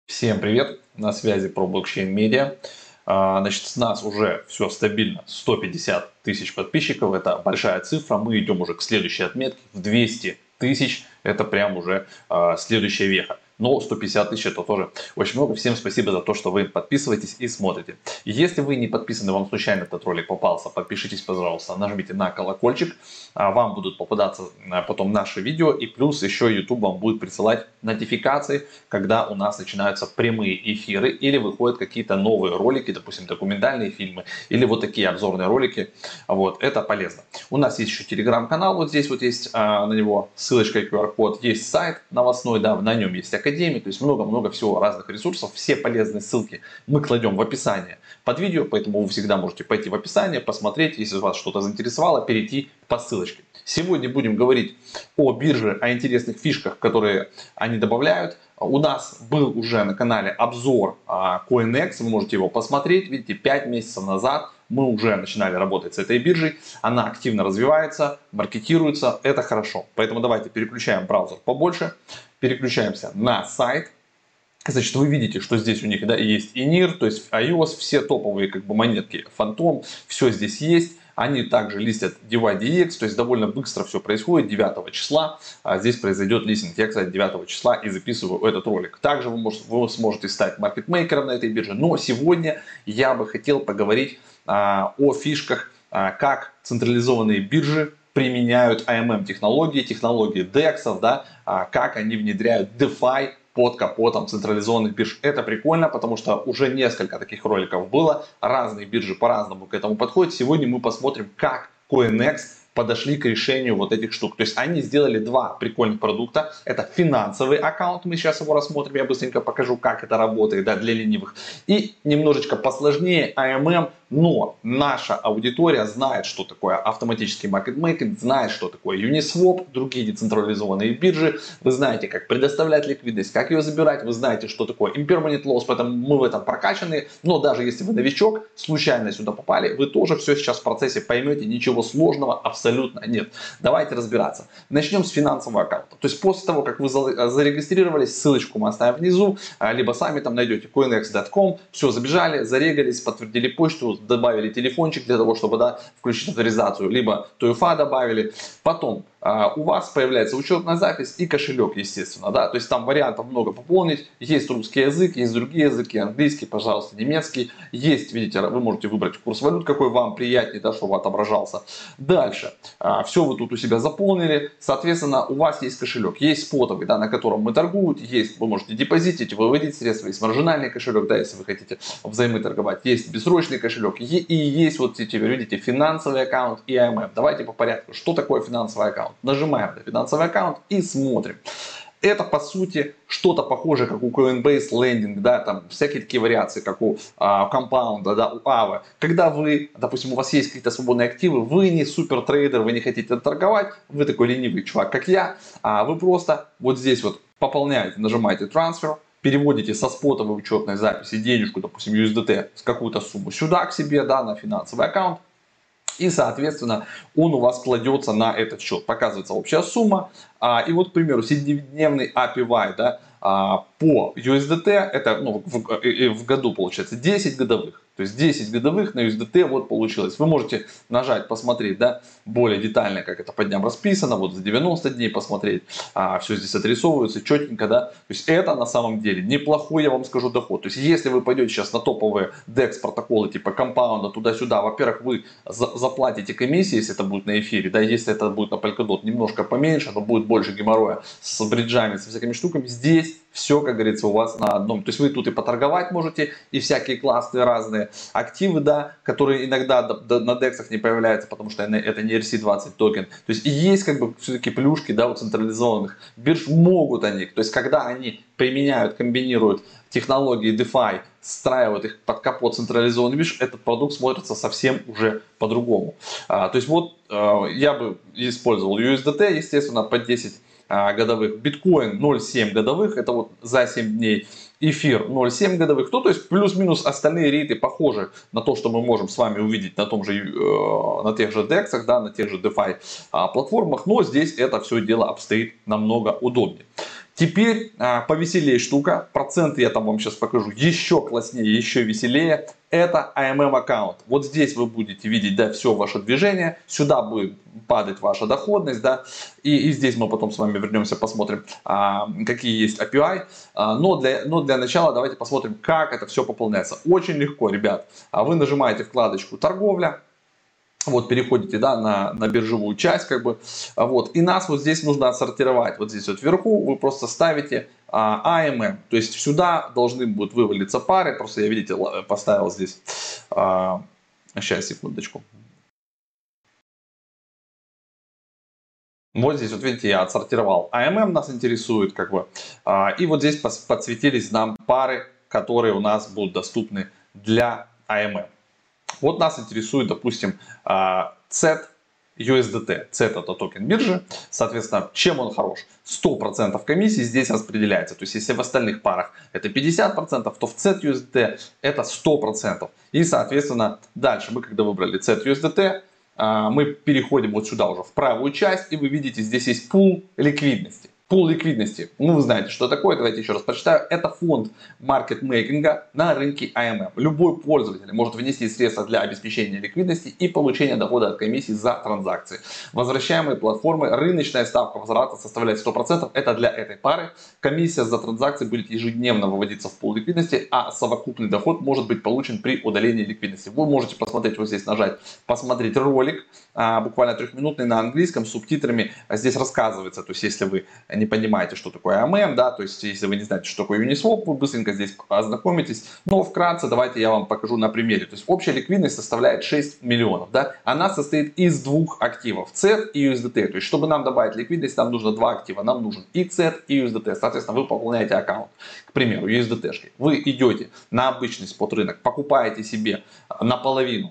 Всем привет! На связи про блокчейн медиа. Значит, с нас уже все стабильно, 150 тысяч подписчиков, это большая цифра, мы идем уже к следующей отметке в 200 тысяч, это прям уже следующая веха. Но 150 тысяч это тоже очень много. Всем спасибо за то, что вы подписываетесь и смотрите. Если вы не подписаны, вам случайно этот ролик попался, подпишитесь, пожалуйста, нажмите на колокольчик. Вам будут попадаться потом наши видео. И плюс еще YouTube вам будет присылать нотификации, когда у нас начинаются прямые эфиры или выходят какие-то новые ролики, допустим, документальные фильмы или вот такие обзорные ролики. Вот, это полезно. У нас есть еще телеграм-канал, вот здесь вот есть на него ссылочка и QR-код, есть сайт новостной, да, на нем есть академия, то есть много-много всего разных ресурсов, все полезные ссылки мы кладем в описание под видео, поэтому вы всегда можете пойти в описание, посмотреть, если вас что-то заинтересовало, перейти по ссылочке. Сегодня будем говорить о бирже, о интересных фишках, которые они добавляют. У нас был уже на канале обзор CoinEx, вы можете его посмотреть. Видите, 5 месяцев назад мы уже начинали работать с этой биржей. Она активно развивается, маркетируется, это хорошо. Поэтому давайте переключаем браузер побольше, переключаемся на сайт. Значит, вы видите, что здесь у них, да, есть ENIR, то есть iOS, все топовые как бы монетки Phantom, все здесь есть. Они также листят DeFi-DEX, то есть довольно быстро все происходит, 9 числа. Здесь произойдет листинг. Я, кстати, 9 числа и записываю этот ролик. Также вы сможете стать маркетмейкером на этой бирже. Но сегодня я бы хотел поговорить о фишках, как централизованные биржи применяют AMM-технологии, технологии DEX, да, как они внедряют DeFi под капотом централизованных бирж. Это прикольно, потому что уже несколько таких роликов было. Разные биржи по-разному к этому подходят. Сегодня мы посмотрим, как CoinEx подошли к решению вот этих штук. То есть они сделали два прикольных продукта. Это финансовый аккаунт, мы сейчас его рассмотрим, я быстренько покажу, как это работает, да, для ленивых. И немножечко посложнее AMM, но наша аудитория знает, что такое автоматический маркетмейкинг, знает, что такое Uniswap, другие децентрализованные биржи. Вы знаете, как предоставлять ликвидность, как ее забирать, вы знаете, что такое impermanent loss, поэтому мы в этом прокачаны. Но даже если вы новичок, случайно сюда попали, вы тоже все сейчас в процессе поймете, ничего сложного абсолютно нет. Давайте разбираться. Начнем с финансового аккаунта. То есть после того, как вы зарегистрировались, ссылочку мы оставим внизу, либо сами там найдете coinex.com, все, забежали, зарегались, подтвердили почту, добавили телефончик для того, чтобы, да, включить авторизацию, либо TUFA добавили. Потом у вас появляется учетная запись и кошелек, естественно, да, то есть там вариантов много пополнить, есть русский язык, есть другие языки, английский, пожалуйста, немецкий, есть, видите, вы можете выбрать курс валют, какой вам приятнее, да, чтобы отображался. Дальше, все вы тут у себя заполнили, соответственно, у вас есть кошелек, есть спотовый, да, на котором мы торгуем, есть, вы можете депозитить, выводить средства, есть маржинальный кошелек, да, если вы хотите взаймы торговать, есть бессрочный кошелек, и есть вот теперь, видите, финансовый аккаунт и AMM. Давайте по порядку, что такое финансовый аккаунт? Нажимаем на финансовый аккаунт и смотрим. Это по сути что-то похожее, как у Coinbase Lending, да, там всякие такие вариации, как у Compound, да, у Aave. Когда вы, допустим, у вас есть какие-то свободные активы, вы не супер трейдер, вы не хотите торговать, вы такой ленивый чувак, как я, вы просто вот здесь вот пополняете, нажимаете трансфер, переводите со спотовой учетной записи денежку, допустим, USDT, с какую-то сумму сюда к себе, да, на финансовый аккаунт. И, соответственно, он у вас кладется на этот счет. Показывается общая сумма. И вот, к примеру, 7-дневный APY, да, по USDT, это в году получается 10 годовых. То есть 10 годовых на USDT вот получилось. Вы можете нажать, посмотреть, да, более детально, как это по дням расписано. Вот за 90 дней посмотреть. Все здесь отрисовывается четенько, да. То есть это на самом деле неплохой, я вам скажу, доход. То есть если вы пойдете сейчас на топовые DEX протоколы типа Compound, туда-сюда, во-первых, вы заплатите комиссии, если это будет на эфире, да, если это будет на Polkadot, немножко поменьше, но будет больше геморроя с бриджами, со всякими штуками. Здесь все, как говорится, у вас на одном. То есть вы тут и поторговать можете, и всякие классные разные активы, да, которые иногда на дексах не появляются, потому что это не ERC-20 токен. То есть и есть как бы все-таки плюшки, да, у централизованных бирж, могут они. То есть когда они применяют, комбинируют технологии DeFi, встраивают их под капот централизованных бирж, этот продукт смотрится совсем уже по-другому. То есть вот я бы использовал USDT, естественно, по 10 годовых, биткоин 0,7 годовых, это вот за 7 дней, эфир 0,7 годовых, то есть плюс-минус остальные рейты похожи на то, что мы можем с вами увидеть на том же, на тех же DEX, да, на тех же DeFi платформах, но здесь это все дело обстоит намного удобнее. Теперь повеселее штука, проценты я там вам сейчас покажу еще класснее, еще веселее. Это AMM аккаунт. Вот здесь вы будете видеть, да, все ваше движение, сюда будет падать ваша доходность, да, и здесь мы потом с вами вернемся, посмотрим, какие есть API. Но для начала давайте посмотрим, как это все пополняется. Очень легко, ребят. Вы нажимаете вкладочку «Торговля». Вот переходите, да, на биржевую часть, как бы, вот, и нас вот здесь нужно отсортировать. Вот здесь вот вверху вы просто ставите AMM, то есть сюда должны будут вывалиться пары, просто я, видите, поставил здесь, сейчас, секундочку. Вот здесь, вот видите, я отсортировал AMM, нас интересует, как бы, и вот здесь подсветились нам пары, которые у нас будут доступны для AMM. Вот нас интересует, допустим, CET USDT. CET это токен биржи. Соответственно, чем он хорош? 100% комиссии здесь распределяется. То есть, если в остальных парах это 50%, то в CET USDT это 100%. И, соответственно, дальше мы, когда выбрали CET USDT, мы переходим вот сюда уже в правую часть, и вы видите, здесь есть пул ликвидности. Пул ликвидности, ну вы знаете, что такое, давайте еще раз прочитаю. Это фонд маркетмейкинга на рынке AMM. Любой пользователь может внести средства для обеспечения ликвидности и получения дохода от комиссии за транзакции. Возвращаемые платформы, рыночная ставка возврата составляет 100%, это для этой пары. Комиссия за транзакции будет ежедневно выводиться в пул ликвидности, а совокупный доход может быть получен при удалении ликвидности. Вы можете посмотреть, вот здесь нажать, посмотреть ролик, буквально 3-минутный на английском, с субтитрами. Здесь рассказывается, то есть если вы не понимаете, что такое AMM, да, то есть если вы не знаете, что такое Uniswap, вы быстренько здесь ознакомитесь. Но вкратце давайте я вам покажу на примере. То есть общая ликвидность составляет 6 миллионов, да, она состоит из двух активов, CET и USDT. То есть чтобы нам добавить ликвидность, нам нужно два актива, нам нужен и CET, и USDT. Соответственно, вы пополняете аккаунт, к примеру, USDT-шкой. Вы идете на обычный спот рынок, покупаете себе наполовину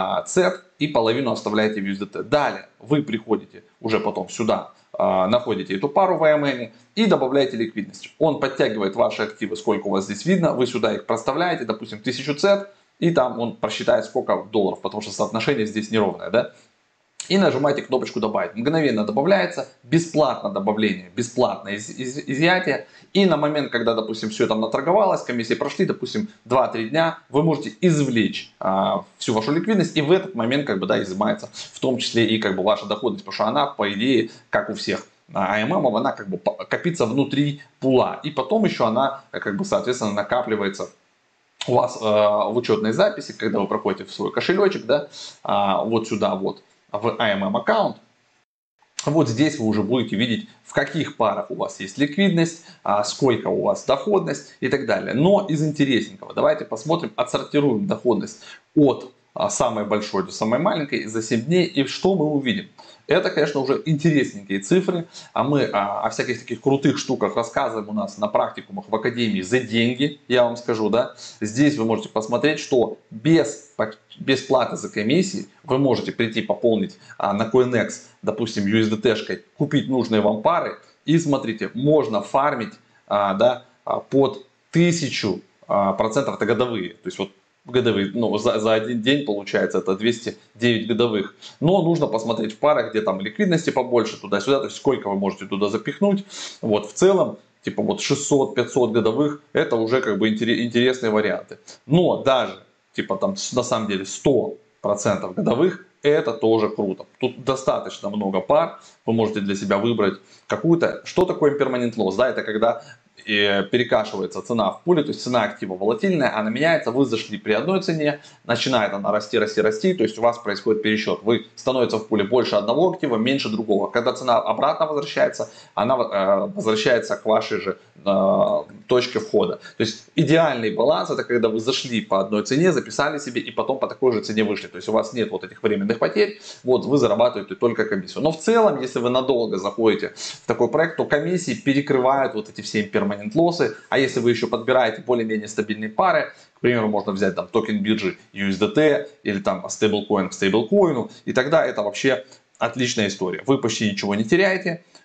CET и половину оставляете в USDT. Далее вы приходите уже потом сюда, находите эту пару в AMM и добавляете ликвидность. Он подтягивает ваши активы, сколько у вас здесь видно, вы сюда их проставляете, допустим, 1000 CET, и там он просчитает сколько долларов, потому что соотношение здесь неровное, да? И нажимаете кнопочку «Добавить». Мгновенно добавляется, бесплатно добавление, бесплатное изъятие. И на момент, когда, допустим, все там наторговалось, комиссии прошли, допустим, 2-3 дня, вы можете извлечь всю вашу ликвидность. И в этот момент, как бы, да, изымается в том числе и как бы ваша доходность. Потому что она, по идее, как у всех AMM, она как бы копится внутри пула. И потом еще она, как бы, соответственно, накапливается у вас в учетной записи, когда вы проходите в свой кошелечек, да, вот сюда вот, в AMM аккаунт. Вот здесь вы уже будете видеть, в каких парах у вас есть ликвидность, сколько у вас доходность и так далее. Но из интересненького давайте посмотрим, отсортируем доходность от самой большой до самой маленькой за 7 дней. И что мы увидим? Это, конечно, уже интересненькие цифры. А мы о всяких таких крутых штуках рассказываем у нас на практикумах в Академии за деньги, я вам скажу, да. Здесь вы можете посмотреть, что без платы за комиссии вы можете прийти пополнить на CoinEx, допустим, USDT-шкой, купить нужные вам пары. И смотрите, можно фармить да, под 1000%, это годовые. То есть вот годовые, ну, за один день получается это 209 годовых. Но нужно посмотреть в парах, где там ликвидности побольше, туда-сюда, то есть сколько вы можете туда запихнуть. Вот в целом, типа вот 600-500 годовых, это уже как бы интересные варианты. Но даже, типа там на самом деле 100% годовых, это тоже круто. Тут достаточно много пар, вы можете для себя выбрать какую-то. Что такое impermanent loss? Да, это когда перекашивается цена в пуле, то есть цена актива волатильная, она меняется, вы зашли при одной цене, начинает она расти, то есть у вас происходит пересчет, вы становится в пуле больше одного актива, меньше другого. Когда цена обратно возвращается, она возвращается к вашей же точке входа. То есть идеальный баланс — это когда вы зашли по одной цене, записали себе и потом по такой же цене вышли. То есть у вас нет вот этих временных потерь, вот вы зарабатываете только комиссию. Но в целом, если вы надолго заходите в такой проект, то комиссии перекрывают вот эти все impermanent лоссы. А если вы еще подбираете более-менее стабильные пары, к примеру, можно взять там токен биржи USDT или там стейблкоин к стейблкоину, и тогда это вообще отличная история. Вы почти ничего не теряете,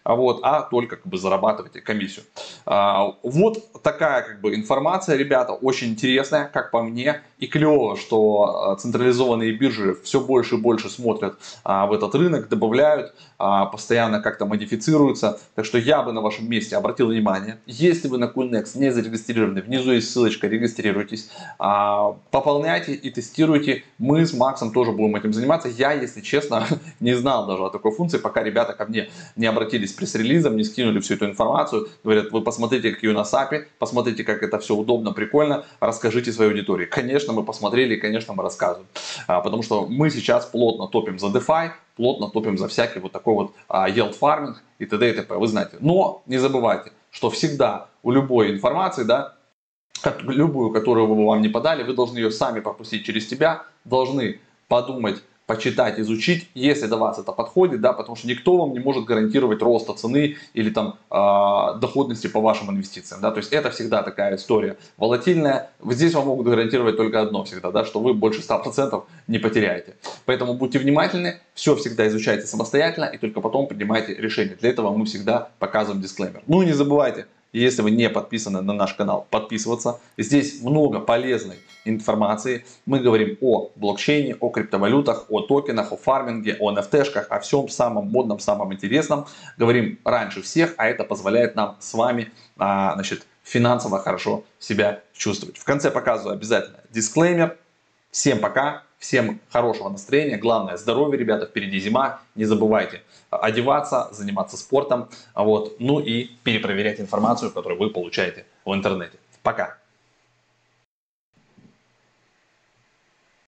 а только как бы зарабатываете комиссию. Вот такая как бы информация, ребята, очень интересная, как по мне, и клево, что централизованные биржи все больше и больше смотрят в этот рынок, добавляют, постоянно как-то модифицируются. Так что я бы на вашем месте обратил внимание, если вы на CoinEx не зарегистрированы, внизу есть ссылочка, регистрируйтесь, пополняйте и тестируйте. Мы с Максом тоже будем этим заниматься. Я, если честно, не знал даже о такой функции, пока ребята ко мне не обратились с пресс-релизом, не скинули всю эту информацию. Говорят, вы посмотрите, какие у нас API, посмотрите, как это все удобно, прикольно, расскажите своей аудитории. Конечно, мы посмотрели и, конечно, мы рассказываем. Потому что мы сейчас плотно топим за DeFi, плотно топим за всякий вот такой вот yield farming и т.д. и т.п. Вы знаете. Но не забывайте, что всегда у любой информации, да, любую, которую вы вам не подали, вы должны ее сами пропустить через себя, должны подумать, почитать, изучить, если до вас это подходит, да, потому что никто вам не может гарантировать роста цены или там доходности по вашим инвестициям, да, то есть это всегда такая история волатильная. Здесь вам могут гарантировать только одно всегда, да, что вы больше 100% не потеряете. Поэтому будьте внимательны, все всегда изучайте самостоятельно и только потом принимайте решение. Для этого мы всегда показываем дисклеймер. Ну и не забывайте, если вы не подписаны на наш канал, подписываться. Здесь много полезной информации. Мы говорим о блокчейне, о криптовалютах, о токенах, о фарминге, о NFT-шках, о всем самом модном, самом интересном. Говорим раньше всех, а это позволяет нам с вами финансово хорошо себя чувствовать. В конце показываю обязательно дисклеймер. Всем пока, всем хорошего настроения, главное здоровье, ребята, впереди зима, не забывайте одеваться, заниматься спортом, ну и перепроверять информацию, которую вы получаете в интернете. Пока!